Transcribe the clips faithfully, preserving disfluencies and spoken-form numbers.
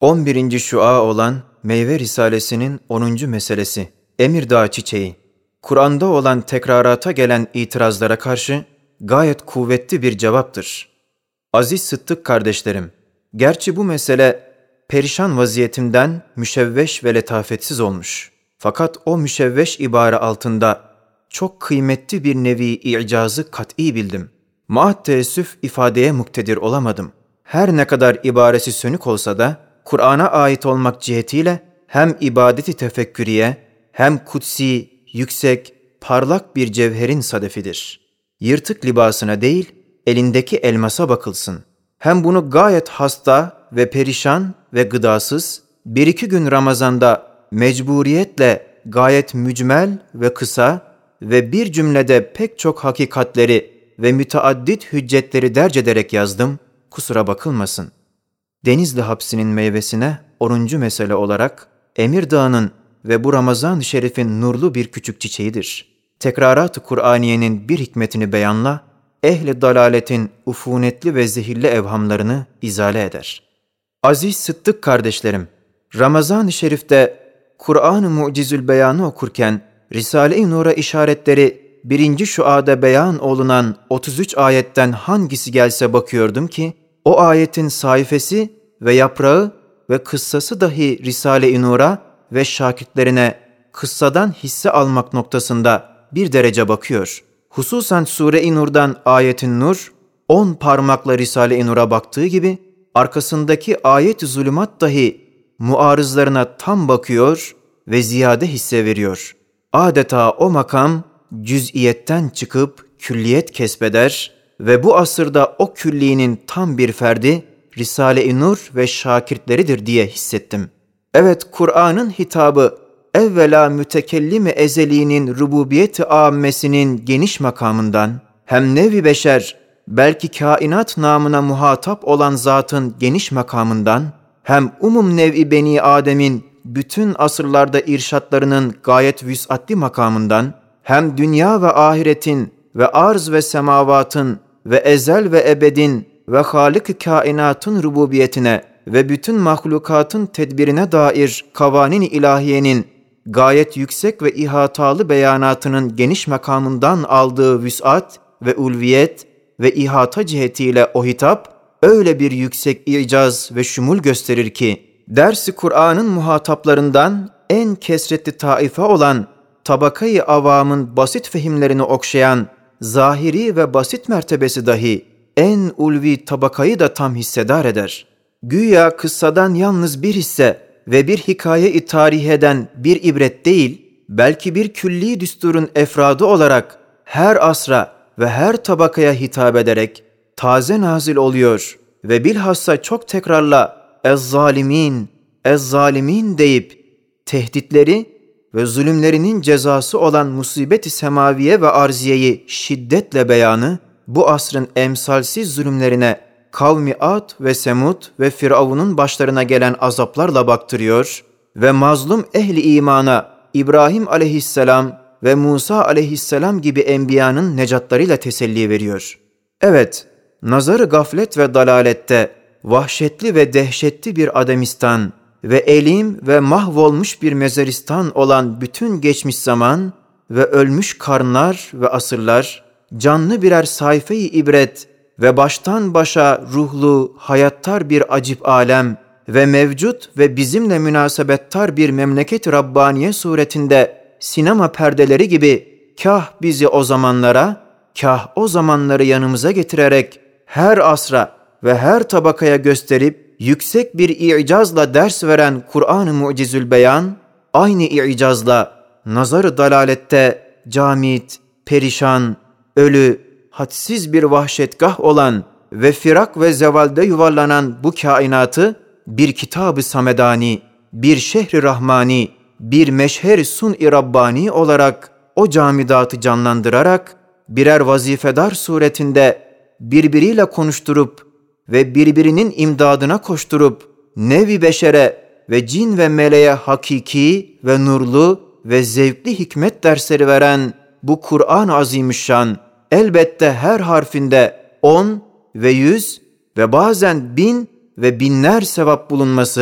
on birinci şua olan Meyve Risalesi'nin onuncu meselesi, Emirdağ Çiçeği. Kur'an'da olan tekrarata gelen itirazlara karşı gayet kuvvetli bir cevaptır. Aziz Sıddık kardeşlerim, gerçi bu mesele perişan vaziyetimden müşevveş ve letafetsiz olmuş. Fakat o müşevveş ibare altında çok kıymetli bir nevi i'cazı kat'i bildim. Maat teessüf ifadeye muktedir olamadım. Her ne kadar ibaresi sönük olsa da Kur'an'a ait olmak cihetiyle hem ibadeti tefekküriye hem kutsi, yüksek, parlak bir cevherin sadefidir. Yırtık libasına değil, elindeki elmasa bakılsın. Hem bunu gayet hasta ve perişan ve gıdasız, bir iki gün Ramazan'da mecburiyetle gayet mücmel ve kısa ve bir cümlede pek çok hakikatleri ve müteaddit hüccetleri derc ederek yazdım, kusura bakılmasın. Denizli hapsinin meyvesine onuncu mesele olarak Emirdağ'ın ve bu Ramazan-ı Şerif'in nurlu bir küçük çiçeğidir. Tekrarat-ı Kur'aniyenin bir hikmetini beyanla, ehli dalaletin ufunetli ve zehirli evhamlarını izale eder. Aziz Sıddık kardeşlerim, Ramazan-ı Şerif'te Kur'an-ı Mucizül Beyan'ı okurken Risale-i Nur'a işaretleri birinci şuada beyan olunan otuz üç ayetten hangisi gelse bakıyordum ki, o ayetin sayfası ve yaprağı ve kıssası dahi Risale-i Nur'a ve şakirtlerine kıssadan hisse almak noktasında bir derece bakıyor. Hususan Sure-i Nur'dan Ayet-i Nur, on parmakla Risale-i Nur'a baktığı gibi, arkasındaki ayet-i zulümat dahi muarızlarına tam bakıyor ve ziyade hisse veriyor. Adeta o makam cüz'iyetten çıkıp külliyet kesbeder ve bu asırda o külliğinin tam bir ferdi Risale-i Nur ve şakirtleridir diye hissettim. Evet, Kur'an'ın hitabı evvela mütekellim-i ezeliğinin rububiyet-i âmmesinin geniş makamından, hem nev-i beşer belki kainat namına muhatap olan zatın geniş makamından, hem umum nev-i beni Adem'in bütün asırlarda irşatlarının gayet vüs'atli makamından, hem dünya ve ahiretin ve arz ve semavatın ve ezel ve ebedin ve halik-i kainatın rububiyetine ve bütün mahlukatın tedbirine dair kavanin-i ilahiyenin gayet yüksek ve ihatalı beyanatının geniş makamından aldığı vüs'at ve ulviyet ve ihata cihetiyle o hitap öyle bir yüksek icaz ve şumul gösterir ki, ders-i Kur'an'ın muhataplarından en kesretli taife olan tabakayı avamın basit fehimlerini okşayan zahiri ve basit mertebesi dahi en ulvi tabakayı da tam hissedar eder. Güya kıssadan yalnız bir hisse ve bir hikaye-i tariheden bir ibret değil, belki bir külli düsturun efradı olarak her asra ve her tabakaya hitap ederek taze nazil oluyor ve bilhassa çok tekrarla "Ez-zalimin, ez-zalimin" deyip tehditleri ve zulümlerinin cezası olan musibet-i semaviye ve arziyeyi şiddetle beyanı, bu asrın emsalsiz zulümlerine kavmi Ad ve Semud ve Firavun'un başlarına gelen azaplarla baktırıyor ve mazlum ehli imana İbrahim aleyhisselam ve Musa aleyhisselam gibi enbiyanın necatlarıyla teselli veriyor. Evet, nazarı gaflet ve dalalette vahşetli ve dehşetli bir Ademistan ve elim ve mahvolmuş bir mezeristan olan bütün geçmiş zaman ve ölmüş karnlar ve asırlar, canlı birer sayfe-i ibret ve baştan başa ruhlu, hayattar bir acip alem ve mevcut ve bizimle münasebettar bir memleket-i Rabbaniye suretinde sinema perdeleri gibi kah bizi o zamanlara, kah o zamanları yanımıza getirerek her asra ve her tabakaya gösterip yüksek bir i'cazla ders veren Kur'an-ı Mucizül Beyan, aynı i'cazla nazar-ı dalalette camit, perişan, ölü, hadsiz bir vahşetgah olan ve firak ve zevalde yuvarlanan bu kainatı bir kitab-ı samedani, bir şehri rahmani, bir meşher-i sun-i Rabbani olarak o camidatı canlandırarak birer vazifedar suretinde birbiriyle konuşturup ve birbirinin imdadına koşturup nev-i beşere ve cin ve meleğe hakiki ve nurlu ve zevkli hikmet dersleri veren bu Kur'an-ı Azimüşşan, elbette her harfinde on ve yüz ve bazen bin ve binler sevap bulunması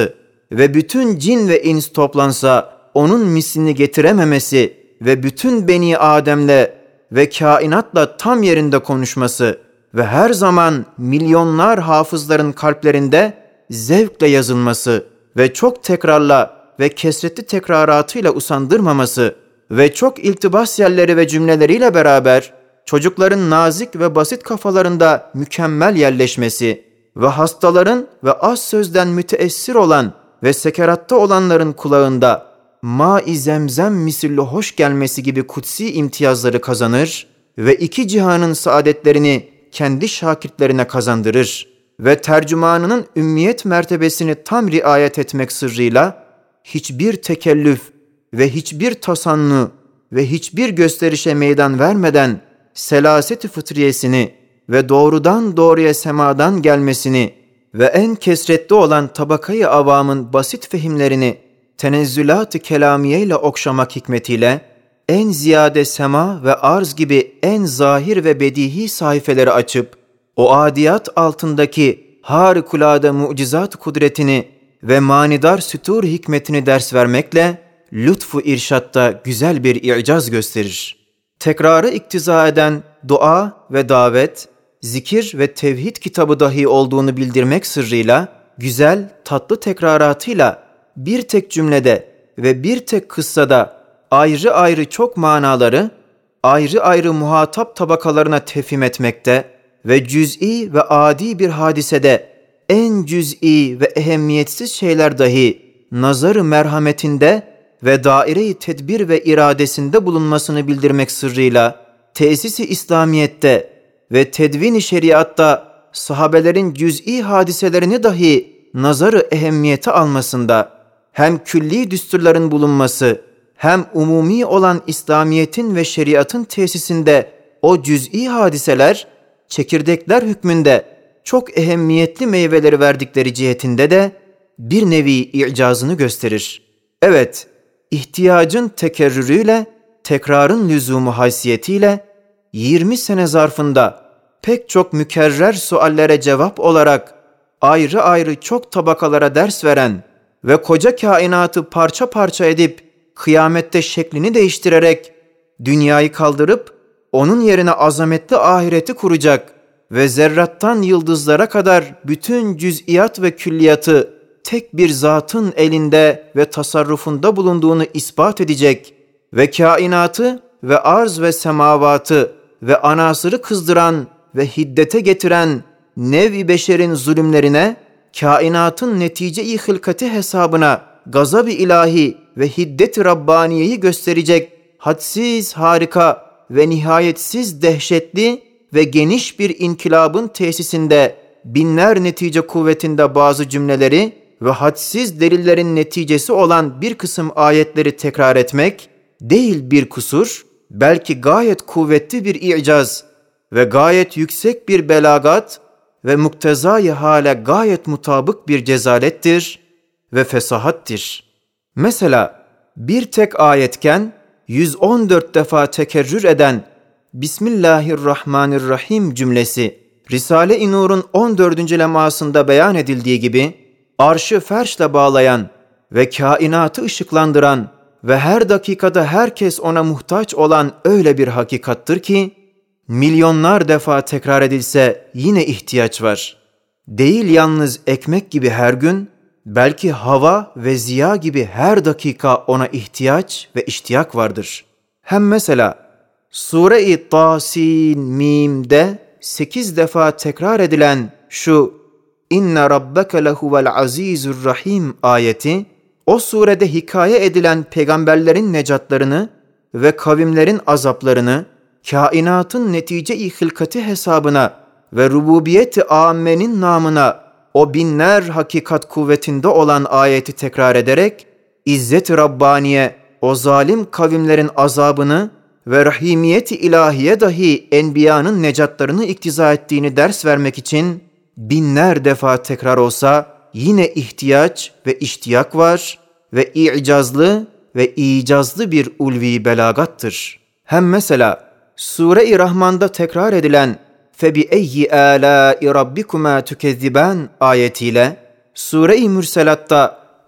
ve bütün cin ve ins toplansa onun mislini getirememesi ve bütün Beni Adem'le ve kainatla tam yerinde konuşması ve her zaman milyonlar hafızların kalplerinde zevkle yazılması ve çok tekrarla ve kesretli tekraratıyla usandırmaması ve çok iltibas yerleri ve cümleleriyle beraber çocukların nazik ve basit kafalarında mükemmel yerleşmesi ve hastaların ve az sözden müteessir olan ve sekeratta olanların kulağında ma-i zemzem misilli hoş gelmesi gibi kutsi imtiyazları kazanır ve iki cihanın saadetlerini kendi şakirtlerine kazandırır ve tercümanının ümmiyet mertebesini tam riayet etmek sırrıyla hiçbir tekellüf ve hiçbir tasannu ve hiçbir gösterişe meydan vermeden selaset-i fıtriyesini ve doğrudan doğruya semadan gelmesini ve en kesretli olan tabakayı avamın basit fehimlerini tenezzülat-ı kelamiye ile okşamak hikmetiyle en ziyade sema ve arz gibi en zahir ve bedihi sayfeleri açıp o adiyat altındaki harikulade mucizat kudretini ve manidar sütur hikmetini ders vermekle lütfu irşatta güzel bir i'caz gösterir. Tekrarı iktiza eden dua ve davet, zikir ve tevhid kitabı dahi olduğunu bildirmek sırrıyla güzel, tatlı tekraratıyla bir tek cümlede ve bir tek kıssada ayrı ayrı çok manaları ayrı ayrı muhatap tabakalarına tefhim etmekte ve cüz'i ve adi bir hadisede en cüz'i ve ehemmiyetsiz şeyler dahi nazar-ı merhametinde ve daire-i tedbir ve iradesinde bulunmasını bildirmek sırrıyla tesis-i İslamiyet'te ve tedvin-i şeriatta sahabelerin cüz'i hadiselerini dahi nazar-ı ehemmiyete almasında hem külli düsturların bulunması hem umumi olan İslamiyet'in ve şeriatın tesisinde o cüz'i hadiseler çekirdekler hükmünde çok ehemmiyetli meyveleri verdikleri cihetinde de bir nevi i'cazını gösterir. Evet, ihtiyacın tekerrürüyle, tekrarın lüzumu haysiyetiyle yirmi sene zarfında pek çok mükerrer suallere cevap olarak ayrı ayrı çok tabakalara ders veren ve koca kainatı parça parça edip kıyamette şeklini değiştirerek dünyayı kaldırıp onun yerine azametli ahireti kuracak ve zerrattan yıldızlara kadar bütün cüz'iyat ve külliyatı tek bir zatın elinde ve tasarrufunda bulunduğunu ispat edecek ve kainatı ve arz ve semavatı ve anasırı kızdıran ve hiddete getiren nev-i beşerin zulümlerine, kainatın netice-i hılkati hesabına gazab-ı ilahi ve hiddet-i Rabbaniye'yi gösterecek hadsiz harika ve nihayetsiz dehşetli ve geniş bir inkılabın tesisinde binler netice kuvvetinde bazı cümleleri ve hadsiz delillerin neticesi olan bir kısım ayetleri tekrar etmek değil bir kusur, belki gayet kuvvetli bir i'caz ve gayet yüksek bir belagat ve muktezai hale gayet mutabık bir cezalettir ve fesahattir. Mesela bir tek ayetken yüz on dört defa tekerrür eden Bismillahirrahmanirrahim cümlesi Risale-i Nur'un on dördüncü lemasında beyan edildiği gibi arşı ferşle bağlayan ve kainatı ışıklandıran ve her dakikada herkes ona muhtaç olan öyle bir hakikattır ki milyonlar defa tekrar edilse yine ihtiyaç var. Değil yalnız ekmek gibi her gün, belki hava ve ziya gibi her dakika ona ihtiyaç ve iştiyak vardır. Hem mesela Sure-i Tasin Mim'de sekiz defa tekrar edilen şu İnne rabbeke lehuvel azizur rahim ayeti, o surede hikaye edilen peygamberlerin necatlarını ve kavimlerin azaplarını, kainatın netice-i hılkati hesabına ve rububiyet-i âmmenin namına o binler hakikat kuvvetinde olan ayeti tekrar ederek, İzzet-i Rabbaniye o zalim kavimlerin azabını ve rahimiyet-i ilahiye dahi enbiyanın necatlarını iktiza ettiğini ders vermek için binler defa tekrar olsa yine ihtiyaç ve iştiyak var ve i'cazlı ve icazlı bir ulvi belagattır. Hem mesela Sure-i Rahman'da tekrar edilen فَبِأَيِّ آلَاءِ رَبِّكُمَا تُكَذِّبَانِ ayetiyle Sure-i Mürselat'ta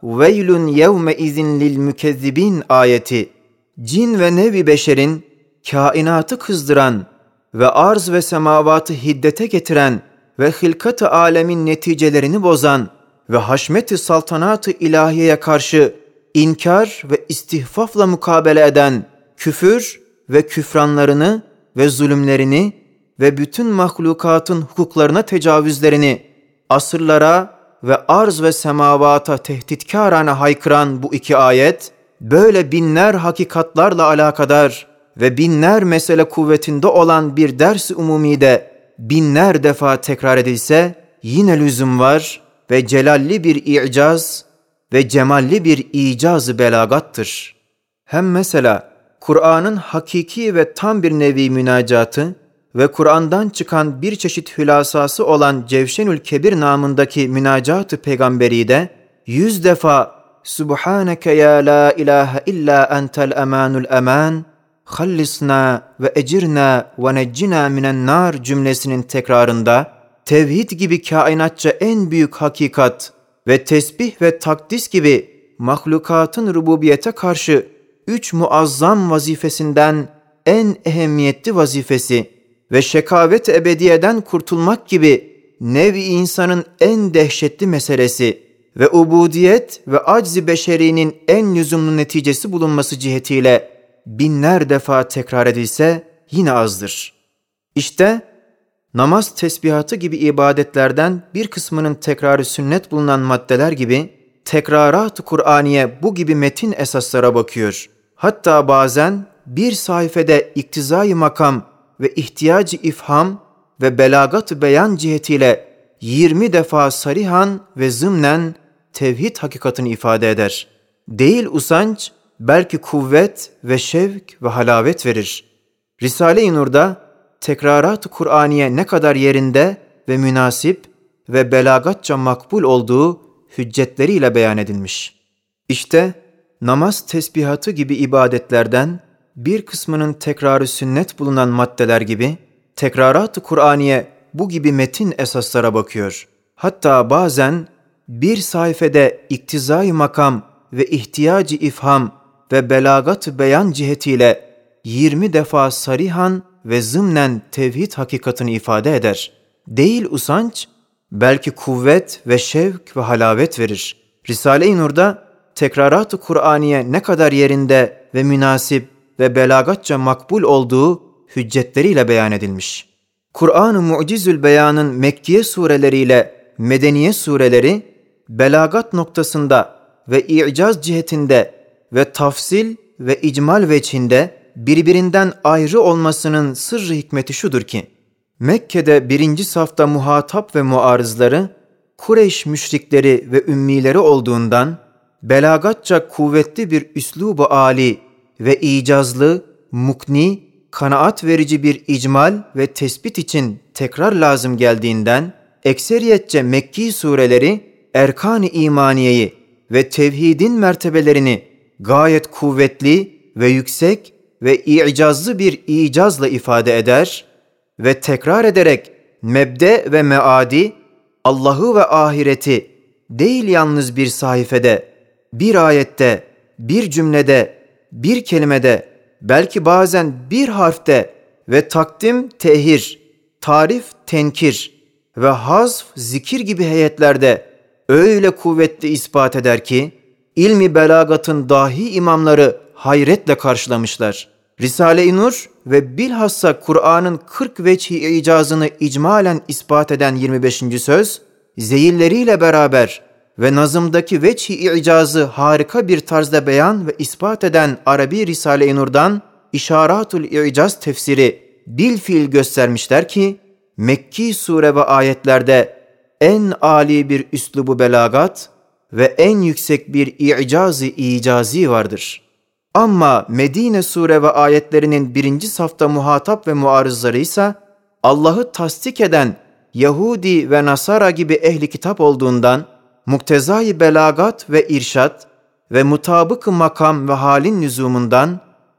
veylun yevme izin lil mükezzibin ayeti, cin ve nevi beşerin kainatı kızdıran ve arz ve semavatı hiddete getiren ve hılkat-ı alemin neticelerini bozan ve haşmet-i saltanat-ı ilahiyeye karşı inkar ve istihfafla mukabele eden küfür ve küfranlarını ve zulümlerini ve bütün mahlukatın hukuklarına tecavüzlerini asırlara ve arz ve semavata tehditkârane haykıran bu iki ayet, böyle binler hakikatlarla alakadar ve binler mesele kuvvetinde olan bir ders-i umumide binler defa tekrar edilse yine lüzum var ve celalli bir i'caz ve cemalli bir icaz-ı belagattır. Hem mesela Kur'an'ın hakiki ve tam bir nevi münacatı ve Kur'an'dan çıkan bir çeşit hülasası olan Cevşenül Kebir namındaki münacat-ı peygamberi de yüz defa Subhaneke ya la ilahe illa entel emanul eman, hallisna ve ecirna ve neccina minen nar cümlesinin tekrarında tevhid gibi kainatça en büyük hakikat ve tesbih ve takdis gibi mahlukatın rububiyete karşı üç muazzam vazifesinden en ehemmiyetli vazifesi ve şekavet ebediyeden kurtulmak gibi nev-i insanın en dehşetli meselesi ve ubudiyet ve acz-i beşerinin en lüzumlu neticesi bulunması cihetiyle binler defa tekrar edilse yine azdır. İşte namaz tesbihatı gibi ibadetlerden bir kısmının tekrarı sünnet bulunan maddeler gibi tekrarat-ı Kur'aniye bu gibi metin esaslara bakıyor. Hatta bazen bir sayfede iktizai makam ve ihtiyacı ifham ve belagat-ı beyan cihetiyle yirmi defa sarihan ve zımnen tevhid hakikatini ifade eder. Değil usanç, belki kuvvet ve şevk ve halavet verir. Risale-i Nur'da tekrarat-ı Kur'aniye ne kadar yerinde ve münasip ve belagatça makbul olduğu hüccetleriyle beyan edilmiş. İşte namaz tesbihatı gibi ibadetlerden bir kısmının tekrarı sünnet bulunan maddeler gibi tekrarat-ı Kur'aniye bu gibi metin esaslara bakıyor. Hatta bazen bir sayfede iktizai makam ve ihtiyacı ifham ve belagat-ı beyan cihetiyle yirmi defa sarihan ve zımnen tevhid hakikatini ifade eder. Değil usanç, belki kuvvet ve şevk ve halavet verir. Risale-i Nur'da tekrarat-ı Kur'aniye ne kadar yerinde ve münasip ve belagatça makbul olduğu hüccetleriyle beyan edilmiş. Kur'an-ı Mu'cizül Beyan'ın Mekkiye sureleriyle Medeniye sureleri belagat noktasında ve i'caz cihetinde ve tafsil ve icmal veçhinde birbirinden ayrı olmasının sırrı hikmeti şudur ki, Mekke'de birinci safta muhatap ve muarızları Kureyş müşrikleri ve ümmileri olduğundan belagatça kuvvetli bir üslubu âli ve icazlı, mukni, kanaat verici bir icmal ve tespit için tekrar lazım geldiğinden ekseriyetçe Mekki sureleri erkan-ı imaniyeyi ve tevhidin mertebelerini gayet kuvvetli ve yüksek ve i'cazlı bir icazla ifade eder ve tekrar ederek mebde ve meadi, Allah'ı ve ahireti değil yalnız bir sayfede, bir ayette, bir cümlede, bir kelimede, belki bazen bir harfte ve takdim tehir, tarif tenkir ve hazf zikir gibi heyetlerde öyle kuvvetli ispat eder ki, ilmi belagatın dahi imamları hayretle karşılamışlar. Risale-i Nur ve bilhassa Kur'an'ın kırk veçhi icazını icmalen ispat eden yirmi beşinci söz, zeyilleriyle beraber ve nazımdaki veçhi icazı harika bir tarzda beyan ve ispat eden Arabi Risale-i Nur'dan İşaratul İcaz tefsiri bil fiil göstermişler ki, Mekki sure ve ayetlerde en âli bir üslubu belagat ve en yüksek bir i'caz-ı icazi vardır. Ama Medine sure ve ayetlerinin birinci safta muhatap ve muarızları ise Allah'ı tasdik eden Yahudi ve Nasara gibi ehli kitap olduğundan muktezai belagat ve irşat ve mutabık-ı makam ve halin lüzumundan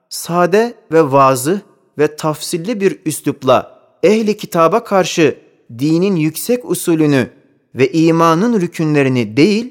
sade ve vazıh ve tafsilli bir üslupla ehli kitaba karşı dinin yüksek usulünü ve imanın rükünlerini değil,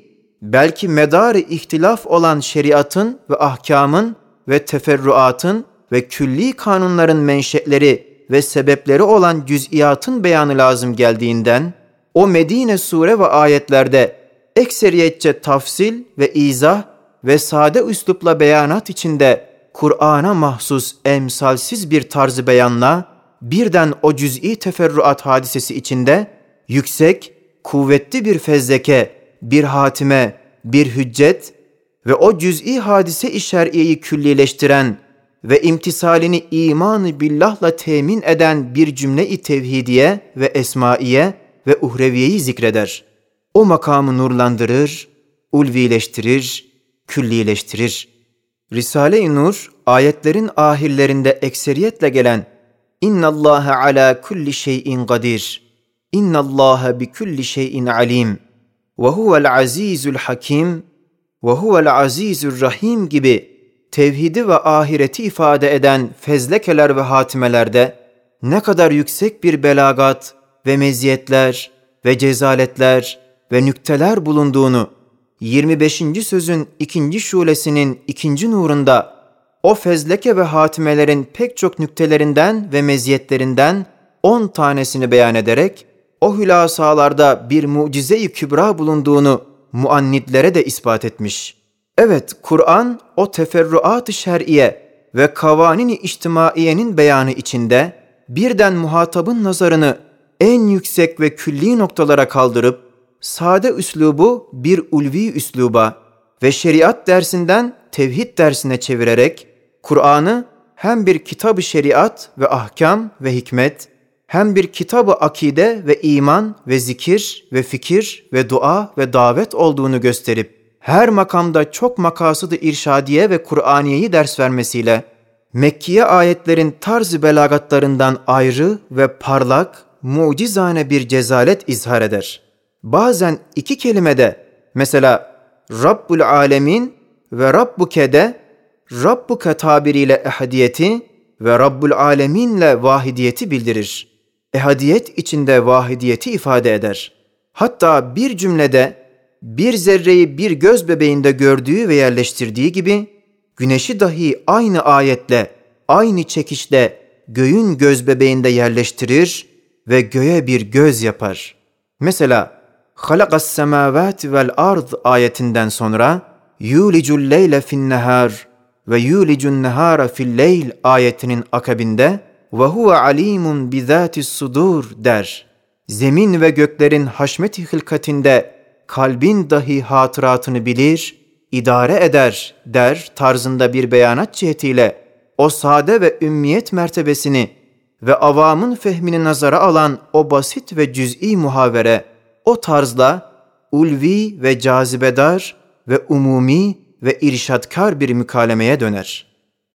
belki medarı ihtilaf olan şeriatın ve ahkamın ve teferruatın ve külli kanunların menşeleri ve sebepleri olan cüz'iyatın beyanı lazım geldiğinden, o Medine sure ve ayetlerde ekseriyetçe tafsil ve izah ve sade üslupla beyanat içinde Kur'an'a mahsus emsalsiz bir tarzı beyanla, birden o cüz'i teferruat hadisesi içinde yüksek, kuvvetli bir fezleke, bir hatime, bir hüccet ve o cüz'i hadise-i şer'iyeyi küllileştiren ve imtisalini iman-ı billahla temin eden bir cümle-i tevhidiye ve esmaiye ve uhreviyeyi zikreder. O makamı nurlandırır, ulvileştirir, küllileştirir. Risale-i Nur, ayetlerin ahirlerinde ekseriyetle gelen İnna Allaha ala kulli şeyin kadir. İnna Allaha bi kulli şeyin alim. Ve huvel azizul hakim. Ve huvel azizur rahim gibi tevhidi ve ahireti ifade eden fezlekeler ve hatimelerde ne kadar yüksek bir belagat ve meziyetler ve cezaletler ve nükteler bulunduğunu yirmi beşinci sözün ikinci şulesinin ikinci nurunda o fezleke ve hatimelerin pek çok nüktelerinden ve meziyetlerinden on tanesini beyan ederek o hülasalarda bir mucize-i kübra bulunduğunu muannidlere de ispat etmiş. Evet, Kur'an o teferruat-ı şer'iye ve kavanin-i içtimaiyenin beyanı içinde birden muhatabın nazarını en yüksek ve külli noktalara kaldırıp sade üslubu bir ulvi üsluba ve şeriat dersinden tevhid dersine çevirerek Kur'an'ı hem bir kitab-ı şeriat ve ahkam ve hikmet, hem bir kitab-ı akide ve iman ve zikir ve fikir ve dua ve davet olduğunu gösterip her makamda çok makasıd-ı irşadiye ve Kur'aniyeyi ders vermesiyle Mekkiye ayetlerin tarz-ı belagatlarından ayrı ve parlak, mucizane bir cezalet izhar eder. Bazen iki kelimede, mesela Rabbul Alemin ve Rabbuke'de Rabbuke tabiriyle ehadiyeti ve Rabbul Alemin'le vahidiyeti bildirir. Ehadiyet içinde vahidiyeti ifade eder. Hatta bir cümlede bir zerreyi bir göz bebeğinde gördüğü ve yerleştirdiği gibi, güneşi dahi aynı ayetle, aynı çekişle göğün göz bebeğinde yerleştirir ve göğe bir göz yapar. Mesela halakas semavati vel ard ayetinden sonra yulicul leyle fin nehar ve yulicun nehara fil leyl ayetinin akabinde ve huve alimun bizatis sudur der. Zemin ve göklerin haşmet-i hılkatinde kalbin dahi hatıratını bilir, idare eder der tarzında bir beyanat cihetiyle o sade ve ümmiyet mertebesini ve avamın fehmini nazara alan o basit ve cüz'i muhavere o tarzla ulvi ve cazibedar ve umumi ve irşadkar bir mükalemeye döner.